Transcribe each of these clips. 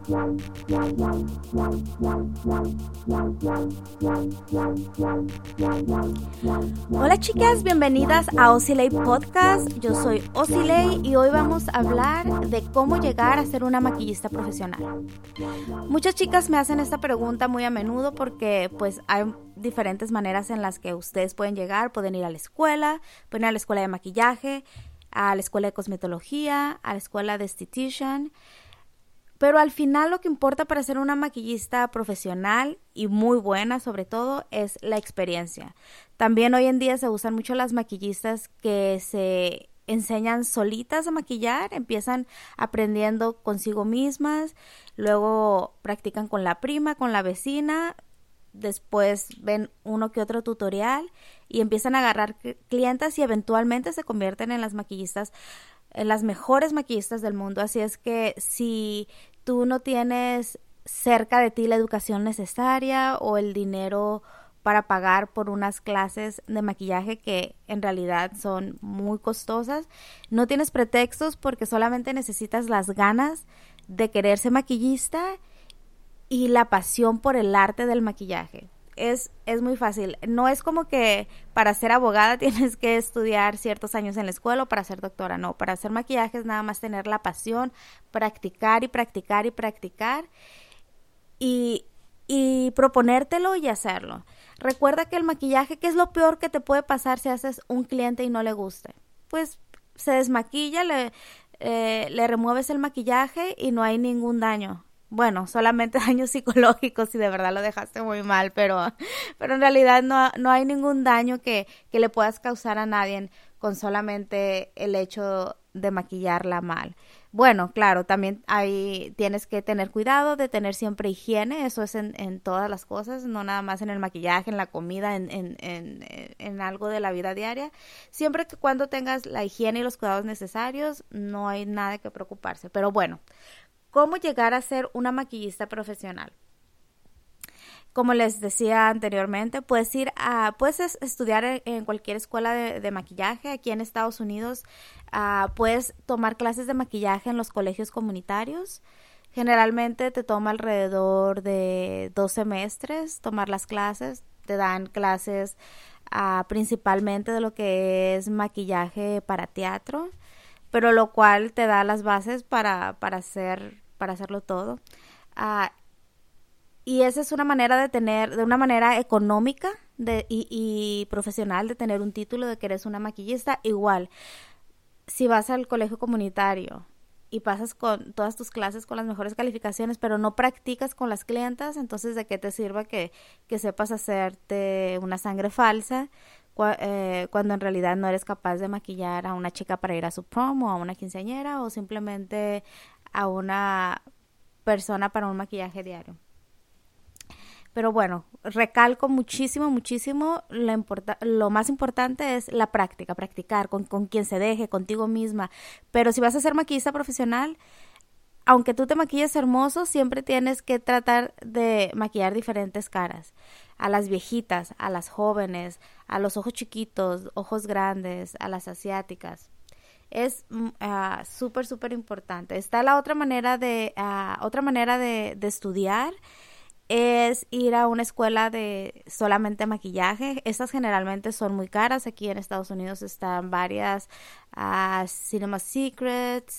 Hola chicas, bienvenidas a Osilei Podcast. Yo soy Osilei y hoy vamos a hablar de cómo llegar a ser una maquillista profesional. Muchas chicas me hacen esta pregunta muy a menudo porque pues hay diferentes maneras en las que ustedes pueden llegar. Pueden ir a la escuela, pueden ir a la escuela de maquillaje, a la escuela de cosmetología, a la escuela de esthetician. Pero al final lo que importa para ser una maquillista profesional y muy buena sobre todo es la experiencia. También hoy en día se usan mucho las maquillistas que se enseñan solitas a maquillar, empiezan aprendiendo consigo mismas, luego practican con la prima, con la vecina, después ven uno que otro tutorial y empiezan a agarrar clientas y eventualmente se convierten en las maquillistas, en las mejores maquillistas del mundo. Así es que si tú no tienes cerca de ti la educación necesaria o el dinero para pagar por unas clases de maquillaje que en realidad son muy costosas, no tienes pretextos porque solamente necesitas las ganas de querer ser maquillista y la pasión por el arte del maquillaje. Es muy fácil. No es como que para ser abogada tienes que estudiar ciertos años en la escuela o para ser doctora. No, para hacer maquillaje es nada más tener la pasión, practicar y practicar y practicar y proponértelo y hacerlo. Recuerda que el maquillaje, ¿qué es lo peor que te puede pasar si haces un cliente y no le guste? Pues se desmaquilla, le remueves el maquillaje y no hay ningún daño. Bueno, solamente daños psicológicos si de verdad lo dejaste muy mal, pero en realidad no hay ningún daño que le puedas causar a nadie con solamente el hecho de maquillarla mal. Bueno, claro, también tienes que tener cuidado de tener siempre higiene, eso es en todas las cosas, no nada más en el maquillaje, en la comida, en algo de la vida diaria. Siempre que cuando tengas la higiene y los cuidados necesarios, no hay nada que preocuparse. Pero bueno, ¿cómo llegar a ser una maquillista profesional? Como les decía anteriormente, puedes estudiar en cualquier escuela de maquillaje. Aquí en Estados Unidos puedes tomar clases de maquillaje en los colegios comunitarios. Generalmente te toma alrededor de 2 semestres tomar las clases. Te dan clases principalmente de lo que es maquillaje para teatro, pero lo cual te da las bases para hacerlo todo. Y esa es una manera de una manera económica y profesional de tener un título de que eres una maquillista. Igual, si vas al colegio comunitario y pasas con todas tus clases con las mejores calificaciones, pero no practicas con las clientas, entonces ¿de qué te sirve que sepas hacerte una sangre falsa cuando en realidad no eres capaz de maquillar a una chica para ir a su prom o a una quinceañera o simplemente a una persona para un maquillaje diario? Pero bueno, recalco muchísimo, lo más importante es la práctica, practicar con quien se deje, contigo misma. Pero si vas a ser maquillista profesional, aunque tú te maquilles hermoso, siempre tienes que tratar de maquillar diferentes caras. A las viejitas, a las jóvenes, a los ojos chiquitos, ojos grandes, a las asiáticas. Es súper importante. Está la otra manera de estudiar, es ir a una escuela de solamente maquillaje. Estas generalmente son muy caras. Aquí en Estados Unidos están varias, Cinema Secrets,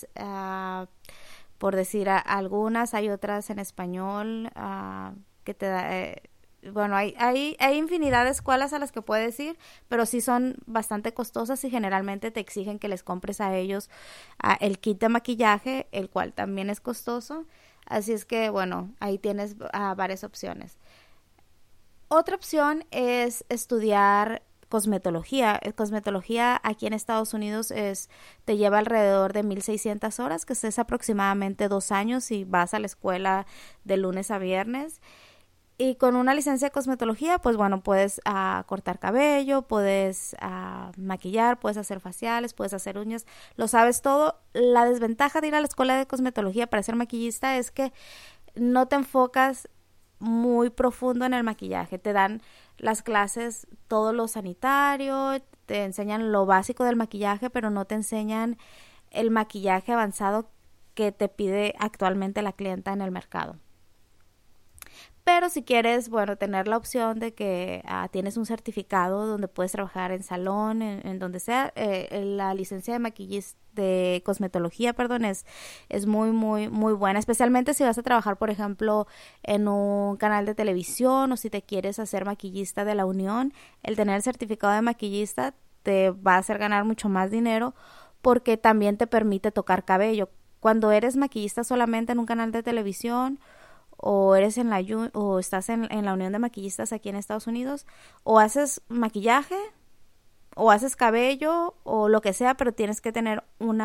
por decir algunas. Hay otras en español que te da... bueno, hay infinidad de escuelas a las que puedes ir, pero sí son bastante costosas y generalmente te exigen que les compres a ellos el kit de maquillaje, el cual también es costoso. Así es que, bueno, ahí tienes varias opciones. Otra opción es estudiar cosmetología. Cosmetología aquí en Estados Unidos te lleva alrededor de 1,600 horas, que es aproximadamente 2 años si vas a la escuela de lunes a viernes. Y con una licencia de cosmetología, pues bueno, puedes cortar cabello, puedes maquillar, puedes hacer faciales, puedes hacer uñas, lo sabes todo. La desventaja de ir a la escuela de cosmetología para ser maquillista es que no te enfocas muy profundo en el maquillaje. Te dan las clases, todo lo sanitario, te enseñan lo básico del maquillaje, pero no te enseñan el maquillaje avanzado que te pide actualmente la clienta en el mercado. Pero si quieres, bueno, tener la opción de que tienes un certificado donde puedes trabajar en salón, en donde sea, la licencia de maquillista, de cosmetología, perdón, es muy, muy, muy buena, especialmente si vas a trabajar, por ejemplo, en un canal de televisión o si te quieres hacer maquillista de la Unión. El tener el certificado de maquillista te va a hacer ganar mucho más dinero porque también te permite tocar cabello. Cuando eres maquillista solamente en un canal de televisión o eres o estás en la Unión de Maquillistas aquí en Estados Unidos, o haces maquillaje o haces cabello o lo que sea, pero tienes que tener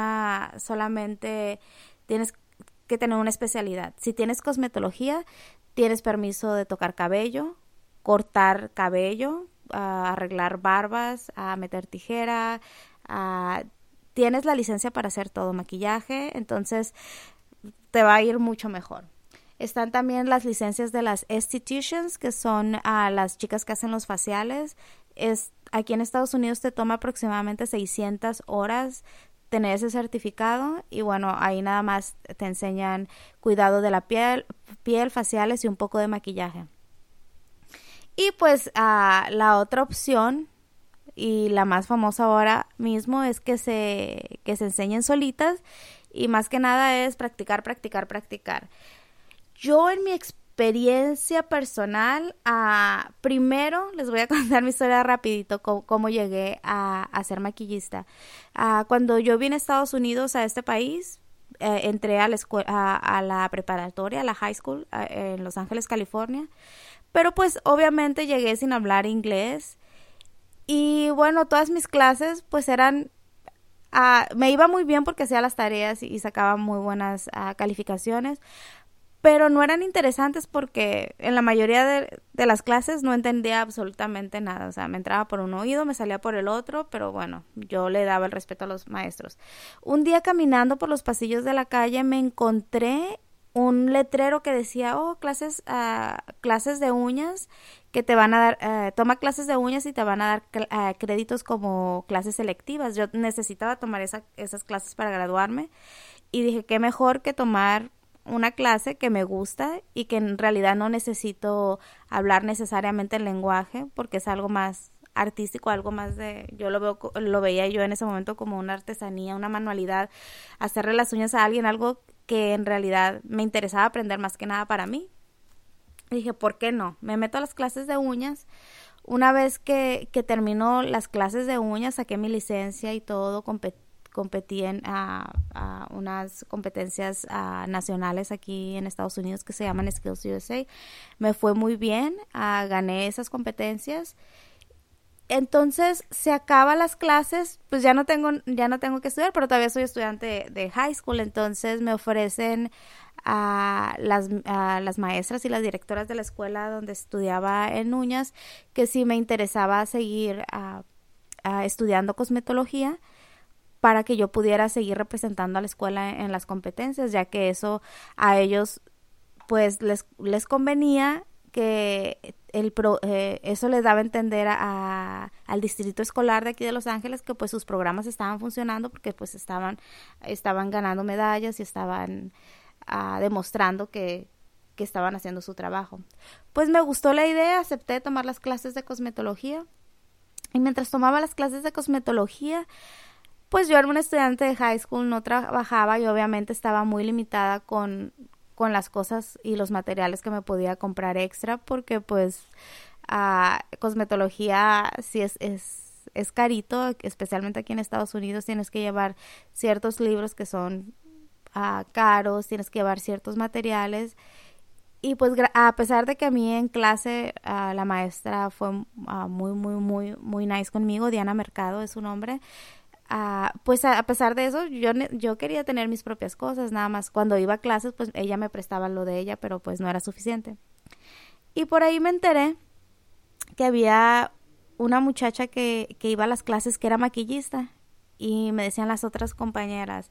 tienes que tener una especialidad. Si tienes cosmetología, tienes permiso de tocar cabello, cortar cabello, arreglar barbas, meter tijera, tienes la licencia para hacer todo, maquillaje, entonces te va a ir mucho mejor. Están también las licencias de las estheticians, que son las chicas que hacen los faciales. Aquí en Estados Unidos te toma aproximadamente 600 horas tener ese certificado y bueno, ahí nada más te enseñan cuidado de la piel, faciales y un poco de maquillaje. Y pues la otra opción y la más famosa ahora mismo es que se enseñen solitas y más que nada es practicar. Yo en mi experiencia personal, primero les voy a contar mi historia rapidito, cómo llegué a ser maquillista. Cuando yo vine a Estados Unidos, a este país, entré a la escuela, a la preparatoria, a la high school, en Los Ángeles, California. Pero pues obviamente llegué sin hablar inglés. Y bueno, todas mis clases pues eran... me iba muy bien porque hacía las tareas y sacaba muy buenas calificaciones. Pero no eran interesantes porque en la mayoría de las clases no entendía absolutamente nada. O sea, me entraba por un oído, me salía por el otro, pero bueno, yo le daba el respeto a los maestros. Un día caminando por los pasillos de la calle me encontré un letrero que decía, clases de uñas, que te van a dar, toma clases de uñas y te van a dar créditos como clases selectivas. Yo necesitaba tomar esas clases para graduarme y dije, qué mejor que tomar una clase que me gusta y que en realidad no necesito hablar necesariamente el lenguaje porque es algo más artístico, algo más yo lo veía yo en ese momento como una artesanía, una manualidad, hacerle las uñas a alguien, algo que en realidad me interesaba aprender más que nada para mí. Y dije, ¿por qué no? Me meto a las clases de uñas. Una vez que terminó las clases de uñas, saqué mi licencia y todo, competí en unas competencias nacionales aquí en Estados Unidos que se llaman Skills USA. Me fue muy bien, gané esas competencias. Entonces se acaban las clases, pues ya no tengo que estudiar, pero todavía soy estudiante de high school, entonces me ofrecen a las maestras y las directoras de la escuela donde estudiaba en uñas que si me interesaba seguir estudiando cosmetología para que yo pudiera seguir representando a la escuela en las competencias, ya que eso a ellos pues les convenía, que eso les daba a entender al distrito escolar de aquí de Los Ángeles que pues sus programas estaban funcionando porque pues estaban ganando medallas y estaban demostrando que estaban haciendo su trabajo. Pues me gustó la idea, acepté tomar las clases de cosmetología y mientras tomaba las clases de cosmetología pues yo era una estudiante de high school, no trabajaba y obviamente estaba muy limitada con las cosas y los materiales que me podía comprar extra porque pues cosmetología sí es carito, especialmente aquí en Estados Unidos tienes que llevar ciertos libros que son caros, tienes que llevar ciertos materiales y pues a pesar de que a mí en clase la maestra fue muy muy muy muy nice conmigo, Diana Mercado es su nombre. Pues a pesar de eso yo quería tener mis propias cosas, nada más cuando iba a clases pues ella me prestaba lo de ella, pero pues no era suficiente. Y por ahí me enteré que había una muchacha que iba a las clases que era maquillista y me decían las otras compañeras,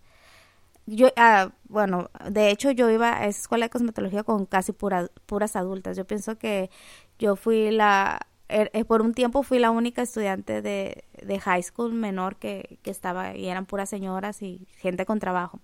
bueno, de hecho yo iba a esa escuela de cosmetología con casi puras adultas. Yo pienso que yo fui por un tiempo fui la única estudiante de high school menor que estaba y eran puras señoras y gente con trabajo.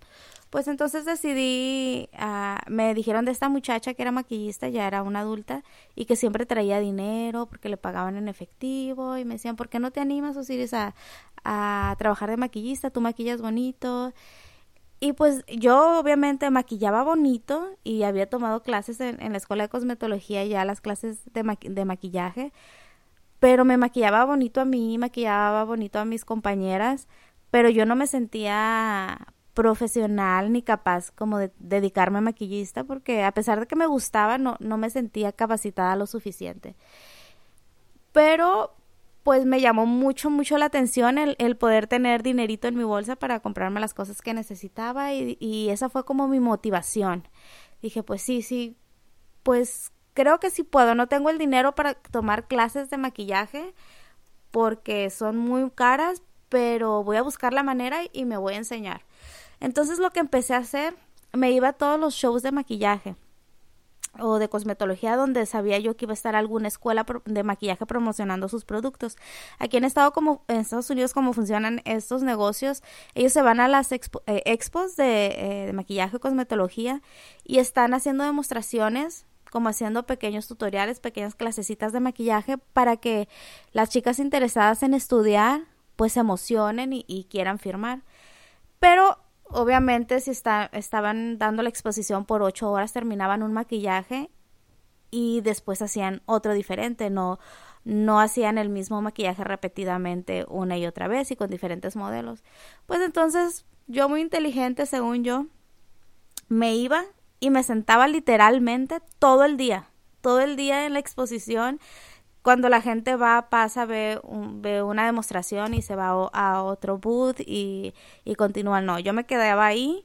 Pues entonces decidí, me dijeron de esta muchacha que era maquillista, ya era una adulta, y que siempre traía dinero porque le pagaban en efectivo, y me decían, ¿por qué no te animas, Osiris, a trabajar de maquillista? Tú maquillas bonito. Y pues yo obviamente maquillaba bonito y había tomado clases en la escuela de cosmetología, ya las clases de maquillaje, pero me maquillaba bonito a mí, maquillaba bonito a mis compañeras, pero yo no me sentía profesional ni capaz como de dedicarme a maquillista, porque a pesar de que me gustaba, no me sentía capacitada lo suficiente. Pero pues me llamó mucho la atención el poder tener dinerito en mi bolsa para comprarme las cosas que necesitaba, y esa fue como mi motivación. Dije, pues sí, pues creo que sí puedo. No tengo el dinero para tomar clases de maquillaje porque son muy caras, pero voy a buscar la manera y me voy a enseñar. Entonces lo que empecé a hacer, me iba a todos los shows de maquillaje o de cosmetología donde sabía yo que iba a estar alguna escuela de maquillaje promocionando sus productos. Aquí en Estados Unidos, como funcionan estos negocios, ellos se van a las expos de maquillaje y cosmetología y están haciendo demostraciones, como haciendo pequeños tutoriales, pequeñas clasecitas de maquillaje para que las chicas interesadas en estudiar pues se emocionen y quieran firmar. Pero obviamente si estaban dando la exposición por 8 horas, terminaban un maquillaje y después hacían otro diferente, no hacían el mismo maquillaje repetidamente una y otra vez y con diferentes modelos. Pues entonces yo, muy inteligente según yo, me iba y me sentaba literalmente todo el día en la exposición. Cuando la gente pasa, ve una demostración y se va a otro booth y continúa. No, yo me quedaba ahí,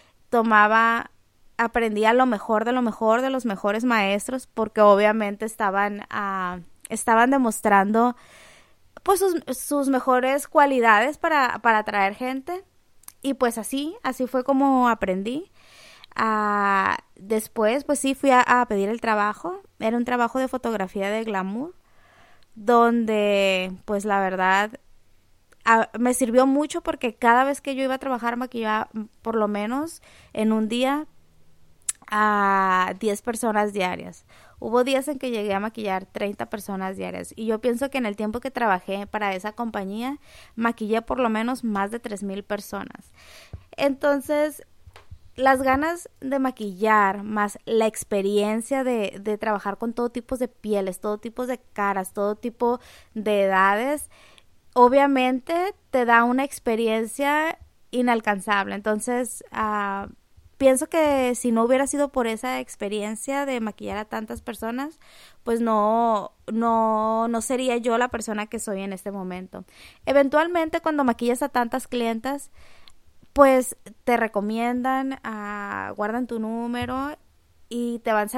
aprendía lo mejor de los mejores maestros, porque obviamente estaban demostrando pues sus mejores cualidades para atraer gente. Y pues así fue como aprendí. Después pues sí fui a pedir el trabajo. Era un trabajo de fotografía de glamour, donde pues la verdad me sirvió mucho, porque cada vez que yo iba a trabajar maquillaba por lo menos en un día a 10 personas diarias. Hubo días en que llegué a maquillar 30 personas diarias, y yo pienso que en el tiempo que trabajé para esa compañía maquillé por lo menos más de 3,000 personas. Entonces las ganas de maquillar más la experiencia de trabajar con todo tipo de pieles, todo tipo de caras, todo tipo de edades, obviamente te da una experiencia inalcanzable. Entonces pienso que si no hubiera sido por esa experiencia de maquillar a tantas personas, pues no sería yo la persona que soy en este momento. Eventualmente, cuando maquillas a tantas clientas, pues te recomiendan, guardan tu número y te van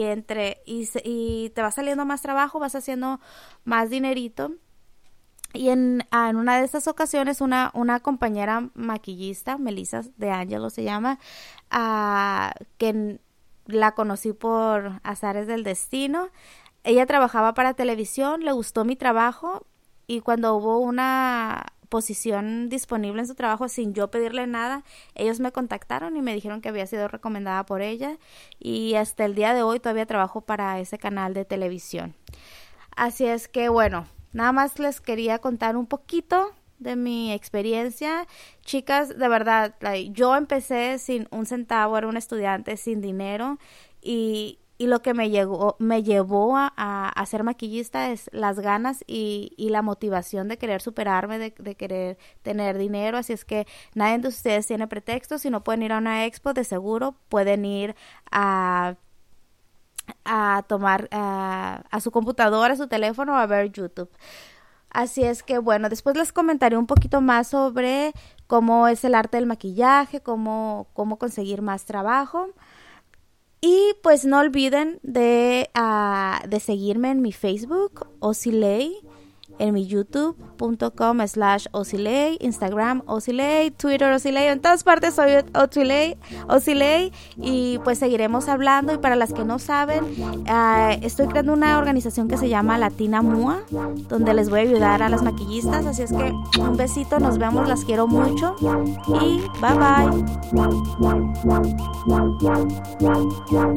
y te va saliendo más trabajo, vas haciendo más dinerito. Y en una de estas ocasiones una compañera maquillista, Melissa de Angelo se llama, que la conocí por azares del destino. Ella trabajaba para televisión, le gustó mi trabajo, y cuando hubo una posición disponible en su trabajo, sin yo pedirle nada, ellos me contactaron y me dijeron que había sido recomendada por ella, y hasta el día de hoy todavía trabajo para ese canal de televisión. Así es que bueno, nada más les quería contar un poquito de mi experiencia. Chicas, de verdad, yo empecé sin un centavo, era una estudiante sin dinero, y lo que me llevó a ser maquillista es las ganas y la motivación de querer superarme, de querer tener dinero. Así es que nadie de ustedes tiene pretextos. Si no pueden ir a una expo, de seguro pueden ir a tomar a su computadora, a su teléfono, a ver YouTube. Así es que bueno, después les comentaré un poquito más sobre cómo es el arte del maquillaje, cómo conseguir más trabajo. Y pues no olviden de seguirme en mi Facebook, Osiley, en mi youtube.com/Osiley, Instagram Osiley, Twitter Osiley, en todas partes soy Osiley, y pues seguiremos hablando. Y para las que no saben, estoy creando una organización que se llama Latina Mua, donde les voy a ayudar a las maquillistas, así es que un besito, nos vemos, las quiero mucho y bye bye.